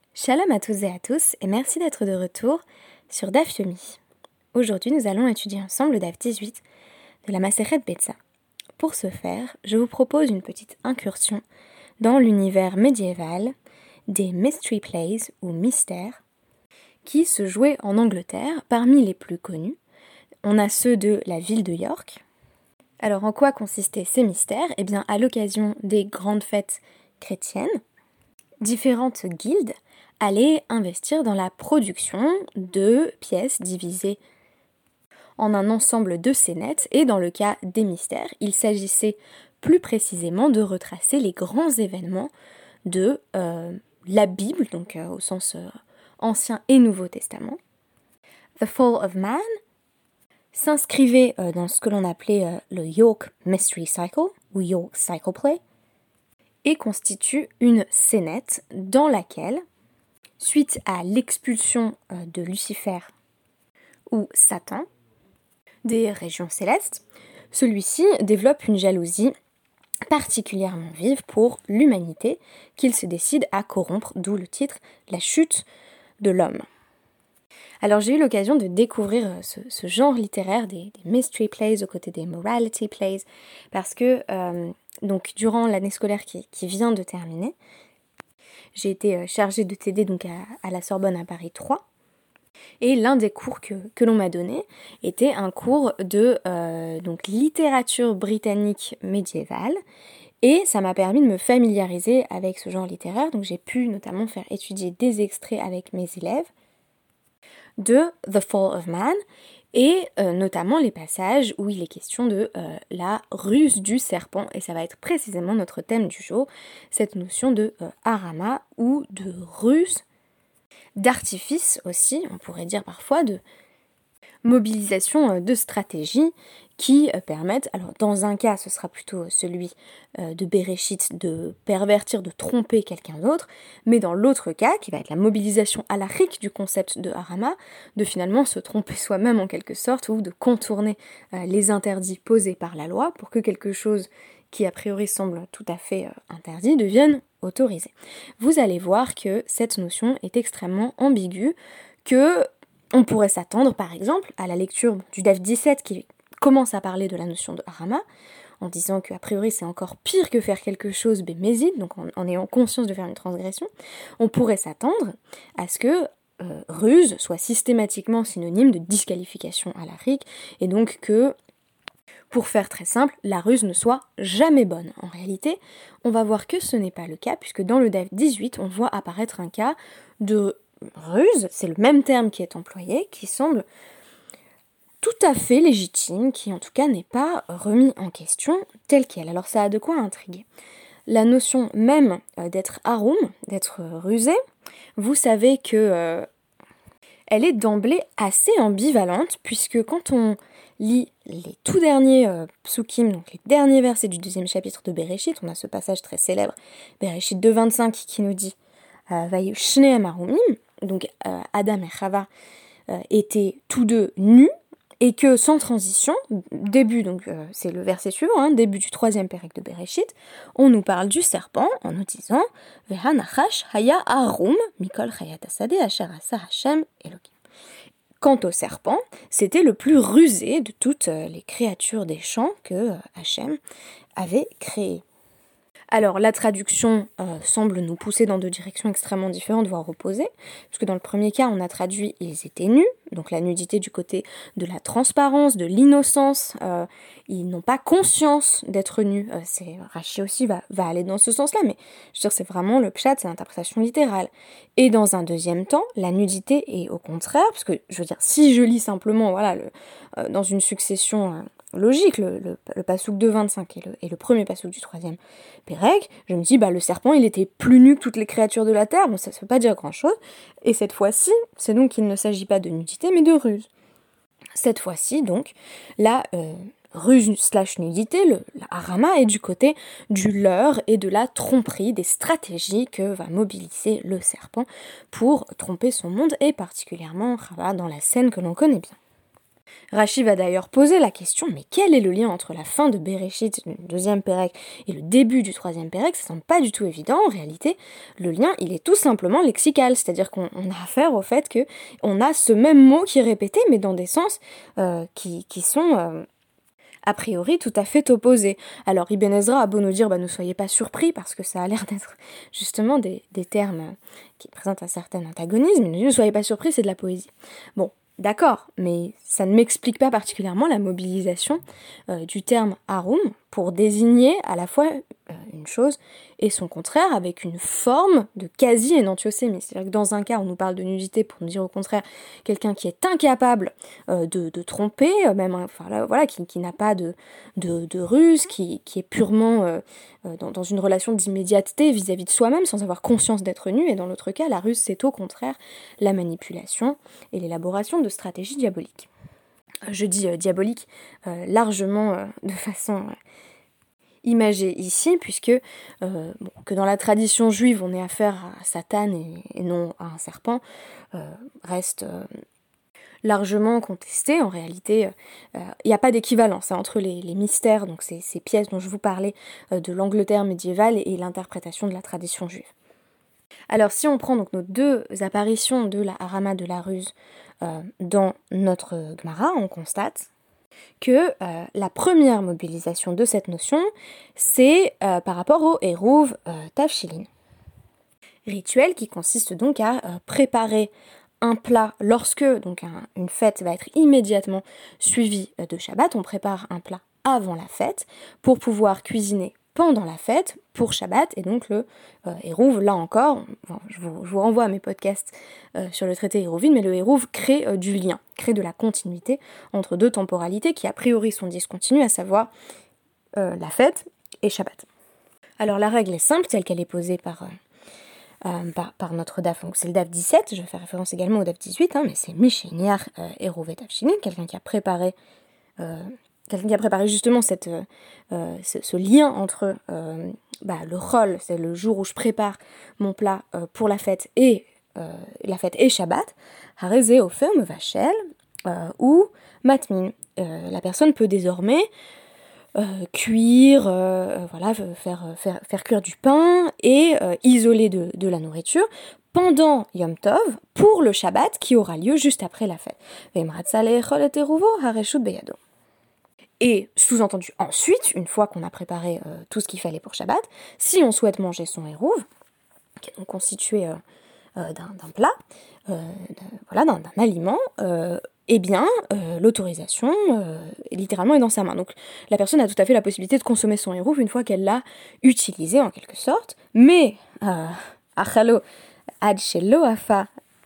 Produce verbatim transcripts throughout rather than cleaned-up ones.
Shalom à tous et à tous et merci d'être de retour sur Daf Yomi. Aujourd'hui, nous allons étudier ensemble le Daf dix-huit de la Masechet Betzah. Pour ce faire, je vous propose une petite incursion dans l'univers médiéval des Mystery Plays ou mystères qui se jouaient en Angleterre. Parmi les plus connus, on a ceux de la ville de York. Alors, en quoi consistaient ces mystères ? Eh bien, à l'occasion des grandes fêtes chrétiennes, différentes guildes allaient investir dans la production de pièces divisées en un ensemble de scénettes, et dans le cas des mystères, il s'agissait plus précisément de retracer les grands événements de euh, la Bible, donc euh, au sens euh, Ancien et Nouveau Testament. The Fall of Man s'inscrivait euh, dans ce que l'on appelait euh, le York Mystery Cycle, ou York Cycle Play, et constitue une scénette dans laquelle, suite à l'expulsion euh, de Lucifer ou Satan des régions célestes, celui-ci développe une jalousie particulièrement vive pour l'humanité qu'il se décide à corrompre, d'où le titre « La chute de l'homme ». Alors j'ai eu l'occasion de découvrir ce, ce genre littéraire des, des mystery plays aux côtés des morality plays, parce que euh, donc durant l'année scolaire qui, qui vient de terminer, j'ai été chargée de t'aider donc à, à la Sorbonne à Paris trois, et l'un des cours que, que l'on m'a donné était un cours de euh, donc, littérature britannique médiévale, et ça m'a permis de me familiariser avec ce genre littéraire, donc j'ai pu notamment faire étudier des extraits avec mes élèves de The Fall of Man, et euh, notamment les passages où il est question de euh, la ruse du serpent, et ça va être précisément notre thème du jour, cette notion de euh, harama ou de ruse, d'artifice aussi, on pourrait dire parfois, de mobilisation euh, de stratégies qui euh, permettent, alors dans un cas ce sera plutôt celui euh, de Bereshit, de pervertir, de tromper quelqu'un d'autre, mais dans l'autre cas, qui va être la mobilisation halakhique du concept de harama, de finalement se tromper soi-même en quelque sorte, ou de contourner euh, les interdits posés par la loi pour que quelque chose qui a priori semble tout à fait euh, interdit devienne autorisé. Vous allez voir que cette notion est extrêmement ambiguë, que on pourrait s'attendre par exemple à la lecture du Daf dix-sept qui commence à parler de la notion de harama, en disant qu'a priori c'est encore pire que faire quelque chose bémézide, donc en, en ayant conscience de faire une transgression. On pourrait s'attendre à ce que euh, ruse soit systématiquement synonyme de disqualification halakhique, et donc que, pour faire très simple, la ruse ne soit jamais bonne. En réalité, on va voir que ce n'est pas le cas, puisque dans le Daf dix-huit, on voit apparaître un cas de ruse, c'est le même terme qui est employé, qui semble tout à fait légitime, qui en tout cas n'est pas remis en question tel quel. Alors ça a de quoi intriguer. La notion même euh, d'être haroum, d'être rusé, vous savez que euh, elle est d'emblée assez ambivalente, puisque quand on lit les tout derniers euh, psukim, donc les derniers versets du deuxième chapitre de Bereshit, on a ce passage très célèbre, Bereshit deux vingt-cinq, qui nous dit euh, « Vayu shnehem harumim », donc euh, Adam et Chava euh, étaient tous deux nus, et que sans transition, début, donc euh, c'est le verset suivant, hein, début du troisième pérec de Bereshit, on nous parle du serpent en nous disant « Vehanachash haya harum mikol chayat hasadeh asher asa Hashem Elohim ». Quant au serpent, c'était le plus rusé de toutes les créatures des champs que Hachem avait créées. Alors la traduction euh, semble nous pousser dans deux directions extrêmement différentes, voire opposées, puisque dans le premier cas on a traduit « ils étaient nus », donc la nudité du côté de la transparence, de l'innocence, euh, ils n'ont pas conscience d'être nus, euh, c'est, Rashi aussi va, va aller dans ce sens-là, mais je veux dire c'est vraiment le pshat, c'est l'interprétation littérale. Et dans un deuxième temps, la nudité est au contraire, parce que je veux dire, si je lis simplement, voilà, le, euh, dans une succession euh, logique, le, le, le pasouk de vingt-cinq et le, et le premier pasouk du troisième pérec, je me dis, bah le serpent, il était plus nu que toutes les créatures de la terre, bon ça ne veut pas dire grand-chose, et cette fois-ci, c'est donc qu'il ne s'agit pas de nudité, mais de ruse. Cette fois-ci, donc, la euh, ruse slash nudité, le, la harama, est du côté du leurre et de la tromperie, des stratégies que va mobiliser le serpent pour tromper son monde, et particulièrement Chava dans la scène que l'on connaît bien. Rachi va d'ailleurs poser la question, mais quel est le lien entre la fin de Bereshit, le deuxième Pérec, et le début du troisième Pérec? Ça semble pas du tout évident. En réalité, le lien, il est tout simplement lexical, c'est-à-dire qu'on on a affaire au fait que on a ce même mot qui est répété, mais dans des sens euh, qui, qui sont... Euh, a priori tout à fait opposés. Alors Ibn Ezra a beau nous dire bah, ne soyez pas surpris parce que ça a l'air d'être justement des, des termes qui présentent un certain antagonisme, il nous dit ne soyez pas surpris, c'est de la poésie. Bon, d'accord, mais ça ne m'explique pas particulièrement la mobilisation euh, du terme harum pour désigner à la fois euh, une chose et son contraire avec une forme de quasi-énantiosémie. C'est-à-dire que dans un cas, on nous parle de nudité pour nous dire au contraire quelqu'un qui est incapable euh, de, de tromper, euh, même enfin, là, voilà, qui, qui n'a pas de, de, de ruse, qui, qui est purement euh, euh, dans, dans une relation d'immédiateté vis-à-vis de soi-même sans avoir conscience d'être nu. Et dans l'autre cas, la ruse, c'est au contraire la manipulation et l'élaboration de stratégies diaboliques. Je dis euh, diabolique euh, largement euh, de façon euh, imagée ici, puisque euh, bon, que dans la tradition juive on ait affaire à Satan et, et non à un serpent, euh, reste euh, largement contesté. En réalité, il euh, n'y a pas d'équivalence hein, entre les, les mystères, donc ces, ces pièces dont je vous parlais euh, de l'Angleterre médiévale et, et l'interprétation de la tradition juive. Alors si on prend donc nos deux apparitions de la harama de la ruse euh, dans notre Gemara, on constate que euh, la première mobilisation de cette notion, c'est euh, par rapport au Hérouv euh, Tavshilin. Rituel qui consiste donc à euh, préparer un plat lorsque donc un, une fête va être immédiatement suivie de Shabbat. On prépare un plat avant la fête pour pouvoir cuisiner pendant la fête pour Shabbat, et donc le euh, Hérouv, là encore, bon, je, vous, je vous renvoie à mes podcasts euh, sur le traité Hérouvine, mais le Hérouv crée euh, du lien, crée de la continuité entre deux temporalités qui a priori sont discontinues, à savoir euh, la fête et Shabbat. Alors la règle est simple, telle qu'elle est posée par, euh, euh, par, par notre D A F, donc c'est le D A F dix-sept, je fais référence également au D A F dix-huit, hein, mais c'est Misheniar euh, Hérouv et Tavshilin, quelqu'un qui a préparé... Euh, Quelqu'un qui a préparé justement cette, euh, ce, ce lien entre euh, bah, le rôle, c'est le jour où je prépare mon plat euh, pour la fête et euh, la fête et Shabbat, Harezé Ofer Mevachel euh, ou Matmin. Euh, la personne peut désormais euh, cuire, euh, voilà, faire, faire, faire cuire du pain et euh, isoler de, de la nourriture pendant Yom Tov pour le Shabbat qui aura lieu juste après la fête. Et sous-entendu ensuite, une fois qu'on a préparé euh, tout ce qu'il fallait pour Shabbat, si on souhaite manger son hérouv, qui est donc constitué euh, euh, d'un, d'un plat, euh, d'un, voilà, d'un, d'un aliment, euh, eh bien, euh, l'autorisation, euh, littéralement, est dans sa main. Donc, la personne a tout à fait la possibilité de consommer son hérouv une fois qu'elle l'a utilisé, en quelque sorte, mais, achalo ad shelo afa,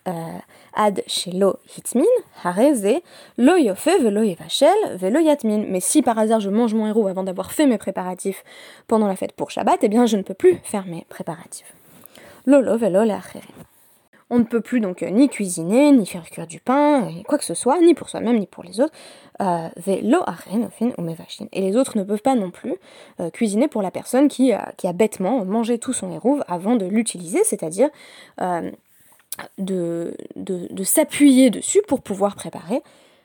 ad shelo hitmin, hareze, lo yofe velo yevachel velo yatmin. Mais si par hasard je mange mon hérouv avant d'avoir fait mes préparatifs pendant la fête pour Shabbat, eh bien je ne peux plus faire mes préparatifs. Lolo velo leacherim. On ne peut plus donc euh, ni cuisiner, ni faire cuire du pain, euh, quoi que ce soit, ni pour soi-même, ni pour les autres. Euh, velo acherin ofin ou mevachin. Et les autres ne peuvent pas non plus euh, cuisiner pour la personne qui, euh, qui a bêtement mangé tout son hérouv avant de l'utiliser, c'est-à-dire... Euh, De, de, de s'appuyer dessus pour pouvoir préparer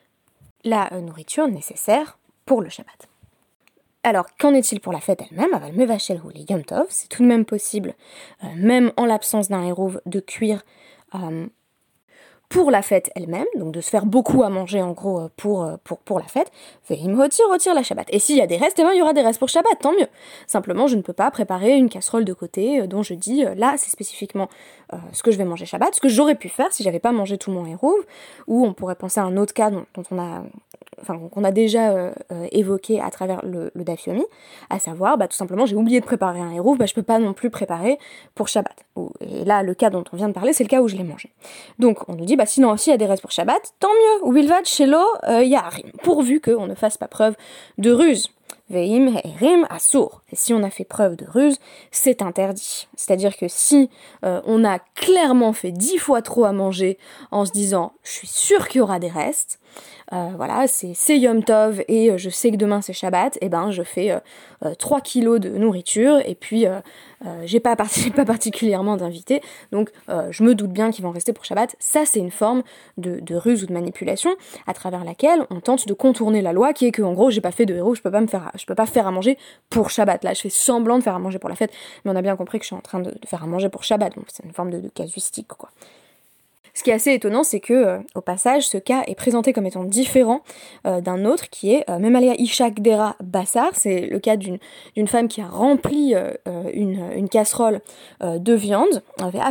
la euh, nourriture nécessaire pour le Shabbat. Alors, qu'en est-il pour la fête elle-même? Aval mevachel ou les Yom Tov, c'est tout de même possible, euh, même en l'absence d'un hérouv, de cuire euh, pour la fête elle-même, donc de se faire beaucoup à manger en gros pour, pour, pour la fête. Veim retire, retire la Shabbat. Et s'il y a des restes, eh bien, il y aura des restes pour Shabbat, tant mieux. Simplement, je ne peux pas préparer une casserole de côté euh, dont je dis, euh, là, c'est spécifiquement euh, ce que je vais manger Shabbat, ce que j'aurais pu faire si j'avais pas mangé tout mon hérouv, ou on pourrait penser à un autre cas dont, dont on a... Enfin, qu'on a déjà euh, euh, évoqué à travers le, le Daf Yomi, à savoir, bah, tout simplement, j'ai oublié de préparer un hérouv, bah, je peux pas non plus préparer pour Shabbat. Et là, le cas dont on vient de parler, c'est le cas où je l'ai mangé. Donc, on nous dit, bah, sinon, s'il y a des restes pour Shabbat, tant mieux, ou Bilvad, Shelo, euh, Yaharim, pourvu qu'on ne fasse pas preuve de ruse. Veim, Herim, Assour. Et si on a fait preuve de ruse, c'est interdit. C'est-à-dire que si euh, on a clairement fait dix fois trop à manger en se disant, je suis sûr qu'il y aura des restes, euh, voilà, c'est, c'est Yom Tov et je sais que demain c'est Shabbat, et ben je fais euh, euh, trois kilos de nourriture, et puis euh, euh, j'ai pas, part- j'ai pas particulièrement d'invités, donc euh, je me doute bien qu'ils vont rester pour Shabbat. Ça, c'est une forme de, de ruse ou de manipulation à travers laquelle on tente de contourner la loi, qui est que en gros j'ai pas fait de héros, je peux pas me faire, je peux pas faire à manger pour Shabbat. Là, je fais semblant de faire à manger pour la fête, mais on a bien compris que je suis en train de, de faire à manger pour Shabbat, donc c'est une forme de, de casuistique, quoi. Ce qui est assez étonnant, c'est que, euh, au passage, ce cas est présenté comme étant différent euh, d'un autre qui est euh, Memalia Ishak Dera Bassar. C'est le cas d'une, d'une femme qui a rempli euh, une, une casserole euh, de viande,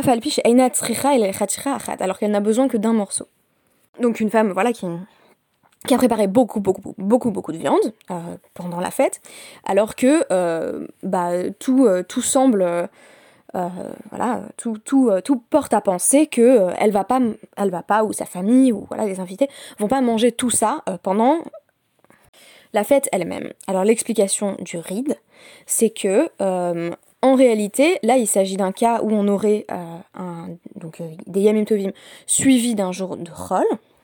alors qu'elle n'a besoin que d'un morceau. Donc une femme, voilà, qui, qui a préparé beaucoup, beaucoup, beaucoup, beaucoup de viande euh, pendant la fête, alors que euh, bah, tout, euh, tout semble... Euh, Euh, voilà, tout, tout, euh, tout porte à penser que euh, elle va pas, elle va pas, ou sa famille, ou voilà, les invités, vont pas manger tout ça euh, pendant la fête elle-même. Alors l'explication du ride, c'est que euh, en réalité, là, il s'agit d'un cas où on aurait euh, un, donc, euh, des Yamim Tovim suivis d'un jour de Chol,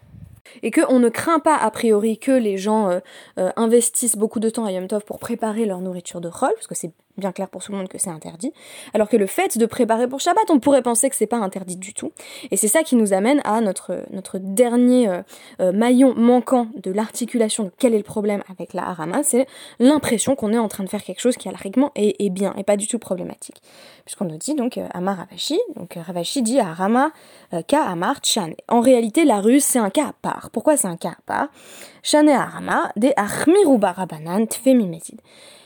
et qu'on ne craint pas a priori que les gens euh, euh, investissent beaucoup de temps à Yom Tov pour préparer leur nourriture de Chol, parce que c'est bien clair pour tout le monde que c'est interdit, alors que le fait de préparer pour Shabbat, on pourrait penser que c'est pas interdit du tout. Et c'est ça qui nous amène à notre, notre dernier euh, euh, maillon manquant de l'articulation de quel est le problème avec la harama, c'est l'impression qu'on est en train de faire quelque chose qui alariquement est, est bien, et pas du tout problématique. Puisqu'on nous dit donc euh, Amar Ravashi, donc euh, Ravashi dit à harama euh, ka amar chan. En réalité, la ruse, c'est un cas à part. Pourquoi c'est un cas à part? Chane harama de achmiru barabanan tfemi mesid.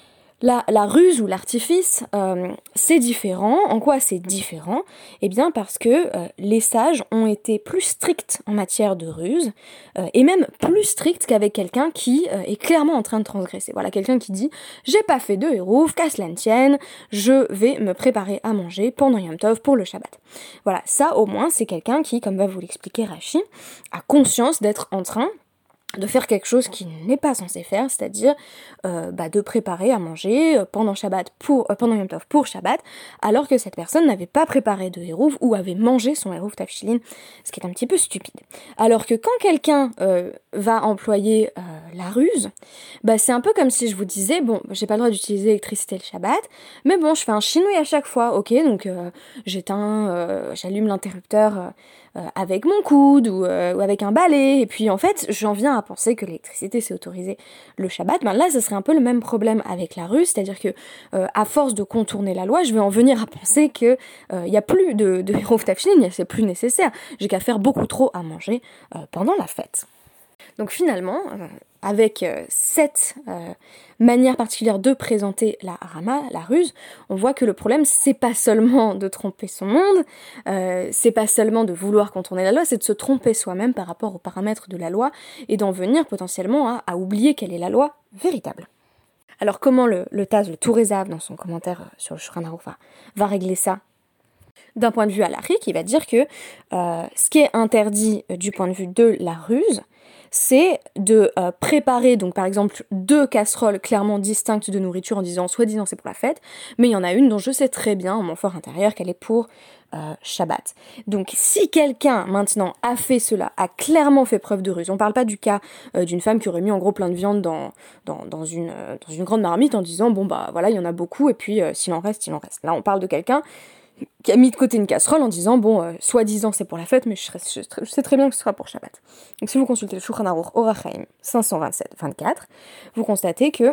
La, la ruse ou l'artifice, euh, c'est différent. En quoi c'est différent? Eh bien parce que euh, les sages ont été plus stricts en matière de ruse, euh, et même plus stricts qu'avec quelqu'un qui euh, est clairement en train de transgresser. Voilà, quelqu'un qui dit « j'ai pas fait de hérouf, qu'à cela ne tienne, je vais me préparer à manger pendant Yom Tov pour le Shabbat ». Voilà, ça au moins c'est quelqu'un qui, comme va vous l'expliquer Rashi, a conscience d'être en train de faire quelque chose qu'il n'est pas censé faire, c'est-à-dire euh, bah, de préparer à manger pendant Shabbat pour, euh, pendant Yom Tov pour Shabbat, alors que cette personne n'avait pas préparé de hérouf ou avait mangé son hérouf tafshilin, ce qui est un petit peu stupide. Alors que quand quelqu'un euh, va employer euh, la ruse, bah, c'est un peu comme si je vous disais, bon, j'ai pas le droit d'utiliser l'électricité le Shabbat, mais bon, je fais un chinouille à chaque fois, ok, donc euh, j'éteins, euh, j'allume l'interrupteur euh, euh, avec mon coude ou, euh, ou avec un balai, et puis en fait, j'en viens à penser que l'électricité c'est autorisé le Shabbat. Ben là, ce serait un peu le même problème avec la ruse, c'est-à-dire que euh, à force de contourner la loi, je vais en venir à penser que il euh, y a plus de, de hérouf tafshilin, c'est plus nécessaire, j'ai qu'à faire beaucoup trop à manger euh, pendant la fête. Donc finalement, euh, avec euh, cette euh, manière particulière de présenter la harama, la ruse, on voit que le problème, c'est pas seulement de tromper son monde, euh, c'est pas seulement de vouloir contourner la loi, c'est de se tromper soi-même par rapport aux paramètres de la loi et d'en venir potentiellement à, à oublier quelle est la loi véritable. Alors comment le, le Taz, le Tourézav, dans son commentaire sur le Shulchan Aruch, va régler ça? D'un point de vue halakhique, il va dire que euh, ce qui est interdit euh, du point de vue de la ruse, c'est de euh, préparer, donc par exemple, deux casseroles clairement distinctes de nourriture en disant, soi-disant c'est pour la fête, mais il y en a une dont je sais très bien, en mon fort intérieur, qu'elle est pour euh, Shabbat. Donc si quelqu'un, maintenant, a fait cela, a clairement fait preuve de ruse, on parle pas du cas euh, d'une femme qui aurait mis en gros plein de viande dans, dans, dans, une, euh, dans une grande marmite en disant, bon bah voilà, il y en a beaucoup, et puis euh, s'il en reste, il en reste. Là, on parle de quelqu'un qui a mis de côté une casserole en disant, bon, euh, soi-disant c'est pour la fête, mais je, serais, je, je sais très bien que ce sera pour Shabbat. Donc si vous consultez le Shulchan Aruch Orach Chaim cinq cent vingt-sept vingt-quatre, vous constatez que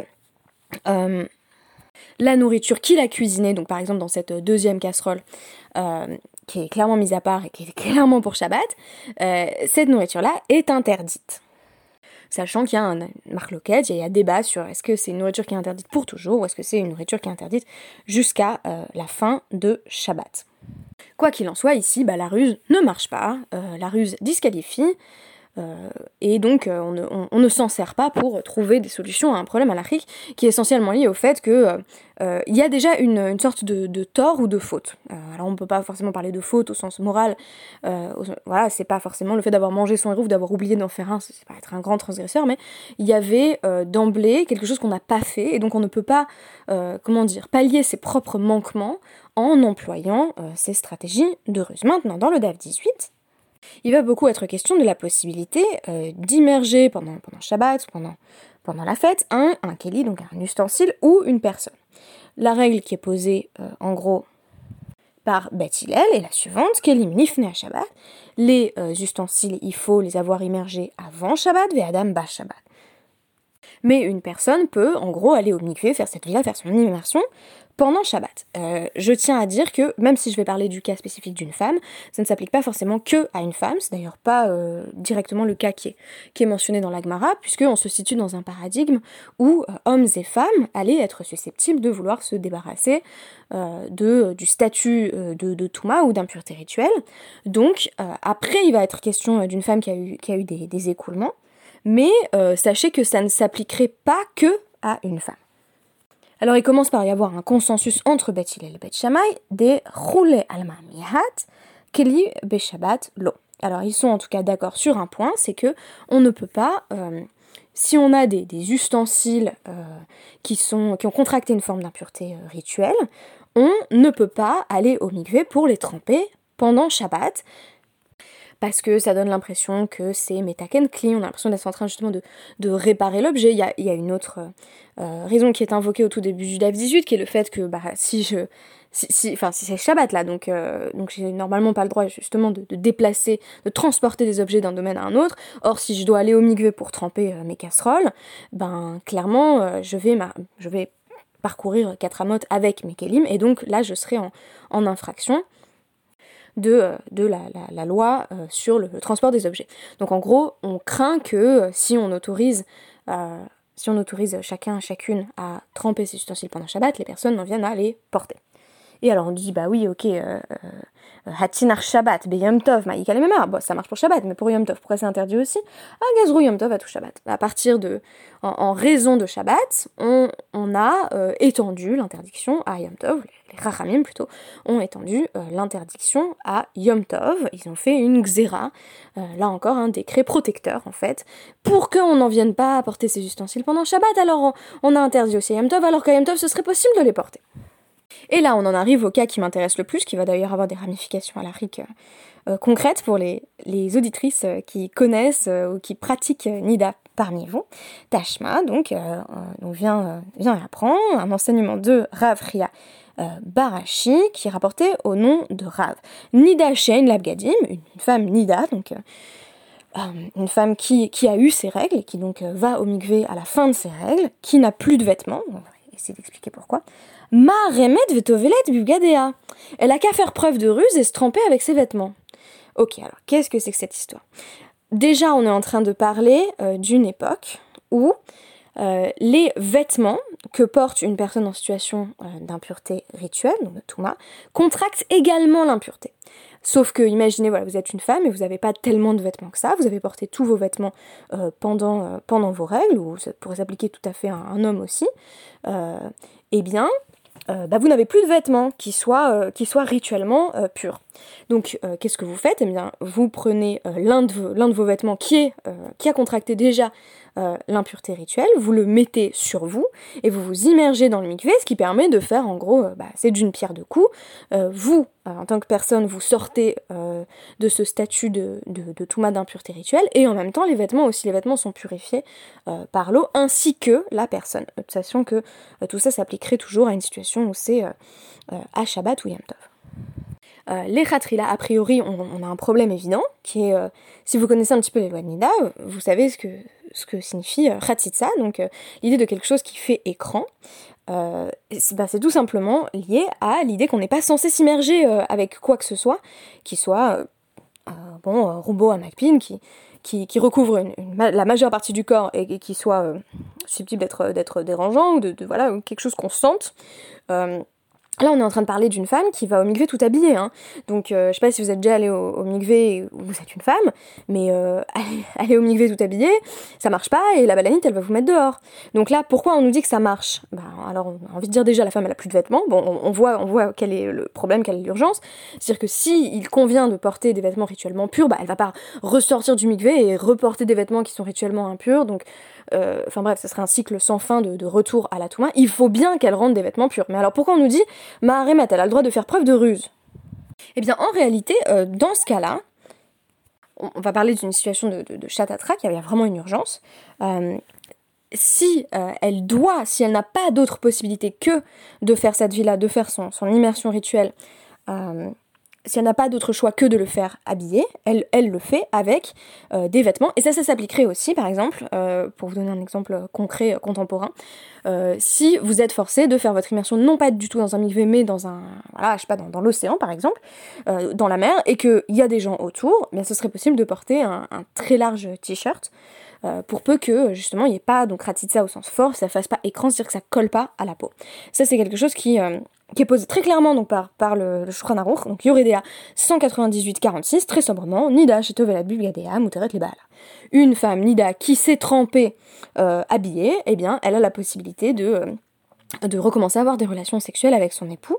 euh, la nourriture qu'il a cuisinée, donc par exemple dans cette deuxième casserole, euh, qui est clairement mise à part et qui est clairement pour Shabbat, euh, cette nourriture-là est interdite. Sachant qu'il y a un marloquette, il y a débat sur est-ce que c'est une nourriture qui est interdite pour toujours ou est-ce que c'est une nourriture qui est interdite jusqu'à euh, la fin de Shabbat. Quoi qu'il en soit, ici, bah, la ruse ne marche pas, euh, la ruse disqualifie, euh, et donc euh, on, ne, on, on ne s'en sert pas pour trouver des solutions à un problème halachique qui est essentiellement lié au fait que euh, euh, il y a déjà une, une sorte de, de tort ou de faute. Euh, alors on ne peut pas forcément parler de faute au sens moral, euh, au, voilà, c'est pas forcément le fait d'avoir mangé son hérouf, d'avoir oublié d'en faire un, c'est pas être un grand transgresseur, mais il y avait euh, d'emblée quelque chose qu'on n'a pas fait, et donc on ne peut pas, euh, comment dire, pallier ses propres manquements en employant euh, ces stratégies de ruse. Maintenant, dans le D A F dix-huit, Il va beaucoup être question de la possibilité euh, d'immerger pendant, pendant Shabbat, pendant, pendant la fête, un, un keli, donc un ustensile, ou une personne. La règle qui est posée, euh, en gros, par Beth Hillel est la suivante, Kelim nifne à Shabbat. Les euh, ustensiles, il faut les avoir immergés avant Shabbat, ve'adam ba Shabbat. Mais une personne peut, en gros, aller au mikvé, faire cette vie-là, faire son immersion pendant Shabbat. Euh, je tiens à dire que, même si je vais parler du cas spécifique d'une femme, ça ne s'applique pas forcément que à une femme, c'est d'ailleurs pas euh, directement le cas qui est, qui est mentionné dans la Gemara, puisqu'on se situe dans un paradigme où euh, hommes et femmes allaient être susceptibles de vouloir se débarrasser euh, de, du statut euh, de, de Touma ou d'impureté rituelle. Donc, euh, après, il va être question d'une femme qui a eu, qui a eu des, des écoulements, mais euh, sachez que ça ne s'appliquerait pas que à une femme. Alors il commence par y avoir un consensus entre Beth Hillel et Beth Shammai des roulé alma mihat keli beshabbat lo. Alors ils sont en tout cas d'accord sur un point, c'est que on ne peut pas, euh, si on a des, des ustensiles euh, qui, sont, qui ont contracté une forme d'impureté euh, rituelle, on ne peut pas aller au mikvé pour les tremper pendant Shabbat, parce que ça donne l'impression que c'est metaken kli, on a l'impression d'être en train justement de, de réparer l'objet. Il y a, il y a une autre euh, raison qui est invoquée au tout début du D A F dix-huit, qui est le fait que bah, si je... Si, si, enfin, si c'est Shabbat là, donc, euh, donc j'ai normalement pas le droit justement de, de déplacer, de transporter des objets d'un domaine à un autre. Or, si je dois aller au mikvé pour tremper euh, mes casseroles, ben clairement, euh, je, vais ma, je vais parcourir quatre amotes avec mes kelim, et donc là, je serai en, en infraction de, de la, la, la loi euh, sur le, le transport des objets. Donc en gros, on craint que euh, si on autorise euh, si on autorise chacun, chacune à tremper ses ustensiles pendant Shabbat, les personnes n'en viennent à les porter. Et alors on dit, bah oui, ok, euh, euh, Hatinar Shabbat, be Yom Tov, Maïka les Memar, bon ça marche pour Shabbat, mais pour Yom Tov, pourquoi c'est interdit aussi? Ah, Gazrou Yom Tov à tout Shabbat. À partir de, en, en raison de Shabbat, on, on a euh, étendu l'interdiction à Yom Tov, les, les Rachamim plutôt, ont étendu euh, l'interdiction à Yom Tov, ils ont fait une Xéra, euh, là encore un décret protecteur en fait, pour qu'on n'en vienne pas à porter ces ustensiles pendant Shabbat, alors on, on a interdit aussi à Yom Tov, alors qu'à Yom Tov ce serait possible de les porter. Et là, on en arrive au cas qui m'intéresse le plus, qui va d'ailleurs avoir des ramifications à l'Afrique euh, euh, concrètes pour les, les auditrices euh, qui connaissent euh, ou qui pratiquent euh, Nida parmi vous. Tashma, donc, euh, euh, on vient, euh, vient apprendre un enseignement de Rav Ria euh, Barashi, qui est rapporté au nom de Rav Nida Shein Labgadim, une femme Nida, donc... Euh, Euh, une femme qui, qui a eu ses règles, et qui donc euh, va au mikvé à la fin de ses règles, qui n'a plus de vêtements, on va essayer d'expliquer pourquoi. Ma remet vetovelet bubgadea. Elle a qu'à faire preuve de ruse et se tremper avec ses vêtements. Ok, alors qu'est-ce que c'est que cette histoire? Déjà, on est en train de parler euh, d'une époque où euh, les vêtements que porte une personne en situation euh, d'impureté rituelle, donc de Touma, contractent également l'impureté. Sauf que, imaginez, voilà, vous êtes une femme et vous n'avez pas tellement de vêtements que ça, vous avez porté tous vos vêtements euh, pendant, euh, pendant vos règles, ou ça pourrait s'appliquer tout à fait à un homme aussi, euh, eh bien, euh, bah, vous n'avez plus de vêtements qui soient, euh, qui soient rituellement euh, purs. Donc, euh, qu'est-ce que vous faites? Eh bien, vous prenez euh, l'un, de vos, l'un de vos vêtements qui, est, euh, qui a contracté déjà euh, l'impureté rituelle, vous le mettez sur vous, et vous vous immergez dans le mikvé, ce qui permet de faire, en gros, euh, bah, c'est d'une pierre deux coups. Euh, vous, euh, en tant que personne, vous sortez euh, de ce statut de, de, de touma d'impureté rituelle, et en même temps, les vêtements aussi, les vêtements sont purifiés euh, par l'eau, ainsi que la personne. Euh, sachant que euh, tout ça s'appliquerait toujours à une situation où c'est euh, euh, à Shabbat ou Yom Tov. Euh, les khatrila, a priori, on, on a un problème évident, qui est, euh, si vous connaissez un petit peu les lois de Nida, vous savez ce que, ce que signifie euh, khatitsa, donc euh, l'idée de quelque chose qui fait écran. Euh, c'est, bah, c'est tout simplement lié à l'idée qu'on n'est pas censé s'immerger euh, avec quoi que ce soit, qui soit, euh, euh, bon, euh, robot à MacPin, qui, qui, qui recouvre une, une, la majeure partie du corps et, et qui soit euh, susceptible d'être, d'être dérangeant, ou de, de, voilà, ou quelque chose qu'on sente. Euh, Là, on est en train de parler d'une femme qui va au mikvé tout habillée, hein. Donc, euh, je sais pas si vous êtes déjà allé au, au mikvé ou vous êtes une femme, mais euh, aller, aller au mikvé tout habillée, ça marche pas, et la balanite, elle va vous mettre dehors. Donc là, pourquoi on nous dit que ça marche? Bah, alors, on a envie de dire déjà, la femme, elle a plus de vêtements. Bon, on, on voit, on voit quel est le problème, quelle est l'urgence. C'est-à-dire que si il convient de porter des vêtements rituellement purs, bah, elle va pas ressortir du mikvé et reporter des vêtements qui sont rituellement impurs. Donc, euh, enfin bref, ce serait un cycle sans fin de, de retour à la Touma. Il faut bien qu'elle rentre des vêtements purs. Mais alors, pourquoi on nous dit Maharemet, elle a le droit de faire preuve de ruse? Eh bien, en réalité, euh, dans ce cas-là, on, on va parler d'une situation de, de, de chatatrak, il y a vraiment une urgence. Euh, si euh, elle doit, si elle n'a pas d'autre possibilité que de faire cette vie-là, de faire son, son immersion rituelle, euh, si elle n'a pas d'autre choix que de le faire habillée, elle, elle le fait avec euh, des vêtements. Et ça, ça s'appliquerait aussi, par exemple, euh, pour vous donner un exemple concret, euh, contemporain, euh, si vous êtes forcé de faire votre immersion, non pas du tout dans un mikvé, mais dans un, voilà, je sais pas, dans, dans l'océan, par exemple, euh, dans la mer, et qu'il y a des gens autour, bien, ce serait possible de porter un, un très large t-shirt, euh, pour peu que, justement, il n'y ait pas, donc ratitsa au sens fort, ça fasse pas écran, c'est-à-dire que ça colle pas à la peau. Ça, c'est quelque chose qui... Euh, qui est posé très clairement donc par, par le, le Shulchan Aruch, donc Yoredea cent quatre-vingt-dix-huit quarante-six, très sobrement, Nida Shetovelat Bibgadea Muteret Libala. Une femme Nida qui s'est trempée euh, habillée, eh bien, elle a la possibilité de, euh, de recommencer à avoir des relations sexuelles avec son époux.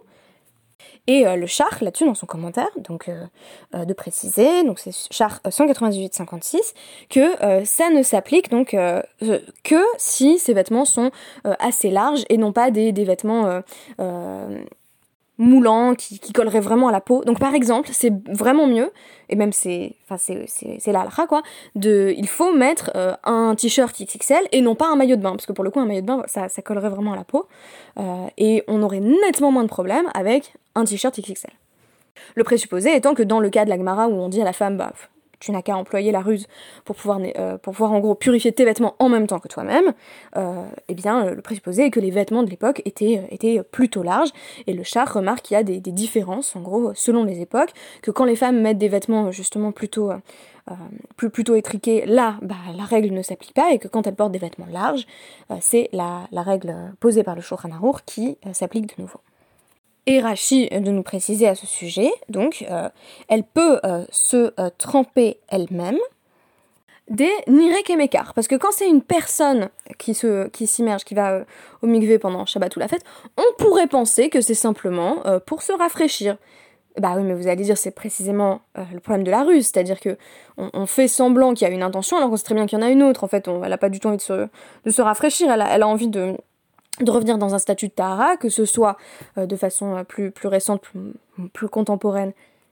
Et euh, le char, là-dessus, dans son commentaire, donc euh, euh, de préciser, donc c'est char cent quatre-vingt-dix-huit cinquante-six, que euh, ça ne s'applique donc euh, euh, que si ces vêtements sont euh, assez larges et non pas des, des vêtements euh, euh, moulants qui, qui colleraient vraiment à la peau. Donc par exemple, c'est vraiment mieux, et même c'est, enfin c'est, c'est, c'est la halakha quoi, de, il faut mettre euh, un t-shirt X X L et non pas un maillot de bain, parce que pour le coup un maillot de bain, ça, ça collerait vraiment à la peau, euh, et on aurait nettement moins de problèmes avec un t-shirt X X L. Le présupposé étant que dans le cas de la Gemara où on dit à la femme, bah, tu n'as qu'à employer la ruse pour pouvoir, euh, pour pouvoir en gros purifier tes vêtements en même temps que toi-même, euh, eh bien le présupposé est que les vêtements de l'époque étaient, étaient plutôt larges, et le char remarque qu'il y a des, des différences en gros selon les époques, que quand les femmes mettent des vêtements justement plutôt, euh, plus, plutôt étriqués, là bah, la règle ne s'applique pas, et que quand elles portent des vêtements larges, euh, c'est la, la règle posée par le Shulchan Aruch qui euh, s'applique de nouveau. Et Rashi de nous préciser à ce sujet, donc, euh, elle peut euh, se euh, tremper elle-même des nirek et mekar. Parce que quand c'est une personne qui, se, qui s'immerge, qui va euh, au mikvé pendant Shabbat ou la fête, on pourrait penser que c'est simplement euh, pour se rafraîchir. Bah oui, mais vous allez dire, c'est précisément euh, le problème de la ruse, c'est-à-dire que on, on fait semblant qu'il y a une intention, alors qu'on sait très bien qu'il y en a une autre. En fait, on, elle n'a pas du tout envie de se, de se rafraîchir, elle a, elle a envie de... de revenir dans un statut de tahara, que ce soit euh, de façon euh, plus, plus récente, plus, plus contemporaine,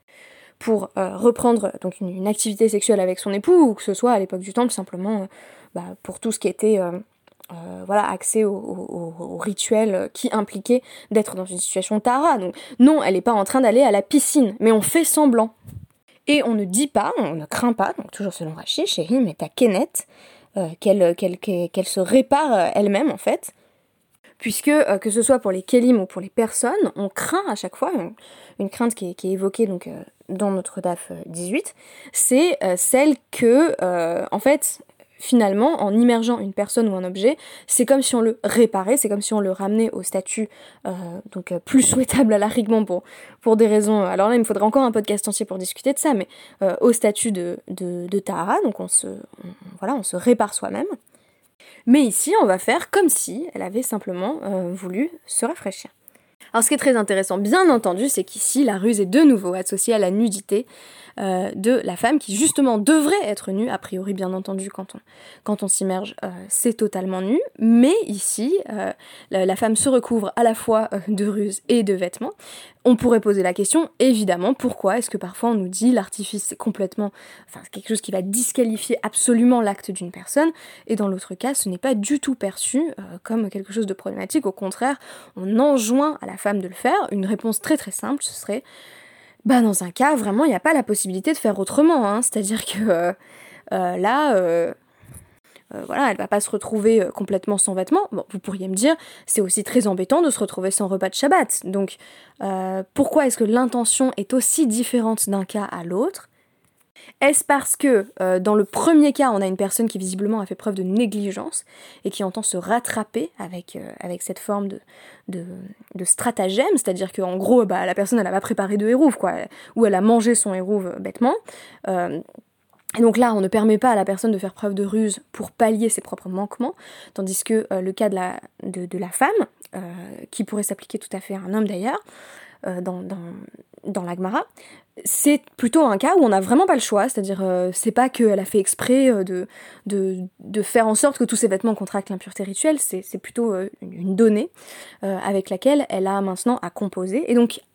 pour euh, reprendre donc une, une activité sexuelle avec son époux, ou que ce soit à l'époque du temple simplement euh, bah, pour tout ce qui était euh, euh, voilà, accès au, au, au rituel qui impliquait d'être dans une situation de tahara. Donc non, elle n'est pas en train d'aller à la piscine, mais on fait semblant. Et on ne dit pas, on ne craint pas, donc toujours selon Rashi, Shehim est à Kenet, euh, qu'elle, qu'elle, qu'elle se répare elle-même en fait, puisque euh, que ce soit pour les kelim ou pour les personnes, on craint à chaque fois, une, une crainte qui est, qui est évoquée donc, euh, dans notre D A F dix-huit, c'est euh, celle que, euh, en fait, finalement, en immergeant une personne ou un objet, c'est comme si on le réparait, c'est comme si on le ramenait au statut euh, donc, euh, plus souhaitable à l'arrigement pour, pour des raisons... Alors là, il me faudrait encore un podcast entier pour discuter de ça, mais euh, au statut de, de, de tahara, donc on se, on, voilà, on se répare soi-même. Mais ici, on va faire comme si elle avait simplement euh, voulu se rafraîchir. Alors ce qui est très intéressant, bien entendu, c'est qu'ici, la ruse est de nouveau associée à la nudité euh, de la femme, qui justement devrait être nue, a priori bien entendu, quand on, quand on s'immerge, euh, c'est totalement nu, mais ici, euh, la, la femme se recouvre à la fois euh, de ruse et de vêtements. On pourrait poser la question, évidemment, pourquoi est-ce que parfois on nous dit l'artifice c'est complètement, enfin c'est quelque chose qui va disqualifier absolument l'acte d'une personne, et dans l'autre cas, ce n'est pas du tout perçu euh, comme quelque chose de problématique, au contraire, on enjoint à la femme de le faire. Une réponse très très simple, ce serait, bah dans un cas, vraiment, il n'y a pas la possibilité de faire autrement, hein, c'est-à-dire que euh, euh, là... Euh, Euh, voilà, elle va pas se retrouver euh, complètement sans vêtements. Bon, vous pourriez me dire, c'est aussi très embêtant de se retrouver sans repas de Shabbat. Donc, euh, pourquoi est-ce que l'intention est aussi différente d'un cas à l'autre ? Est-ce parce que, euh, dans le premier cas, on a une personne qui visiblement a fait preuve de négligence et qui entend se rattraper avec, euh, avec cette forme de, de, de stratagème, c'est-à-dire qu'en gros, bah, la personne, elle n'a pas préparé de hérouve, quoi, ou elle a mangé son hérouve bêtement. Euh, Et donc là, on ne permet pas à la personne de faire preuve de ruse pour pallier ses propres manquements, tandis que euh, le cas de la, de, de la femme, euh, qui pourrait s'appliquer tout à fait à un homme d'ailleurs, euh, dans, dans, dans la Gemara, c'est plutôt un cas où on n'a vraiment pas le choix, c'est-à-dire euh, c'est pas qu'elle a fait exprès euh, de, de, de faire en sorte que tous ses vêtements contractent l'impureté rituelle, c'est, c'est plutôt euh, une, une donnée euh, avec laquelle elle a maintenant à composer, et donc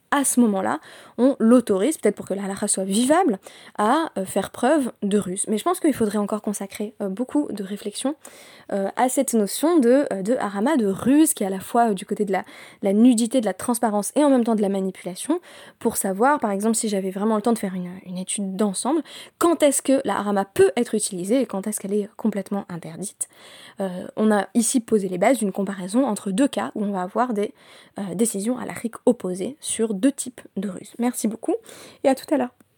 à ce moment-là, on l'autorise, peut-être pour que la halakha soit vivable, à euh, faire preuve de ruse. Mais je pense qu'il faudrait encore consacrer euh, beaucoup de réflexion euh, à cette notion de, euh, de harama, de ruse, qui est à la fois euh, du côté de la, la nudité, de la transparence et en même temps de la manipulation, pour savoir, par exemple, si j'avais vraiment le temps de faire une, une étude d'ensemble, quand est-ce que la harama peut être utilisée et quand est-ce qu'elle est complètement interdite. Euh, on a ici posé les bases d'une comparaison entre deux cas où on va avoir des euh, décisions halakhiques opposées sur deux types de ruses. Merci beaucoup et à tout à l'heure.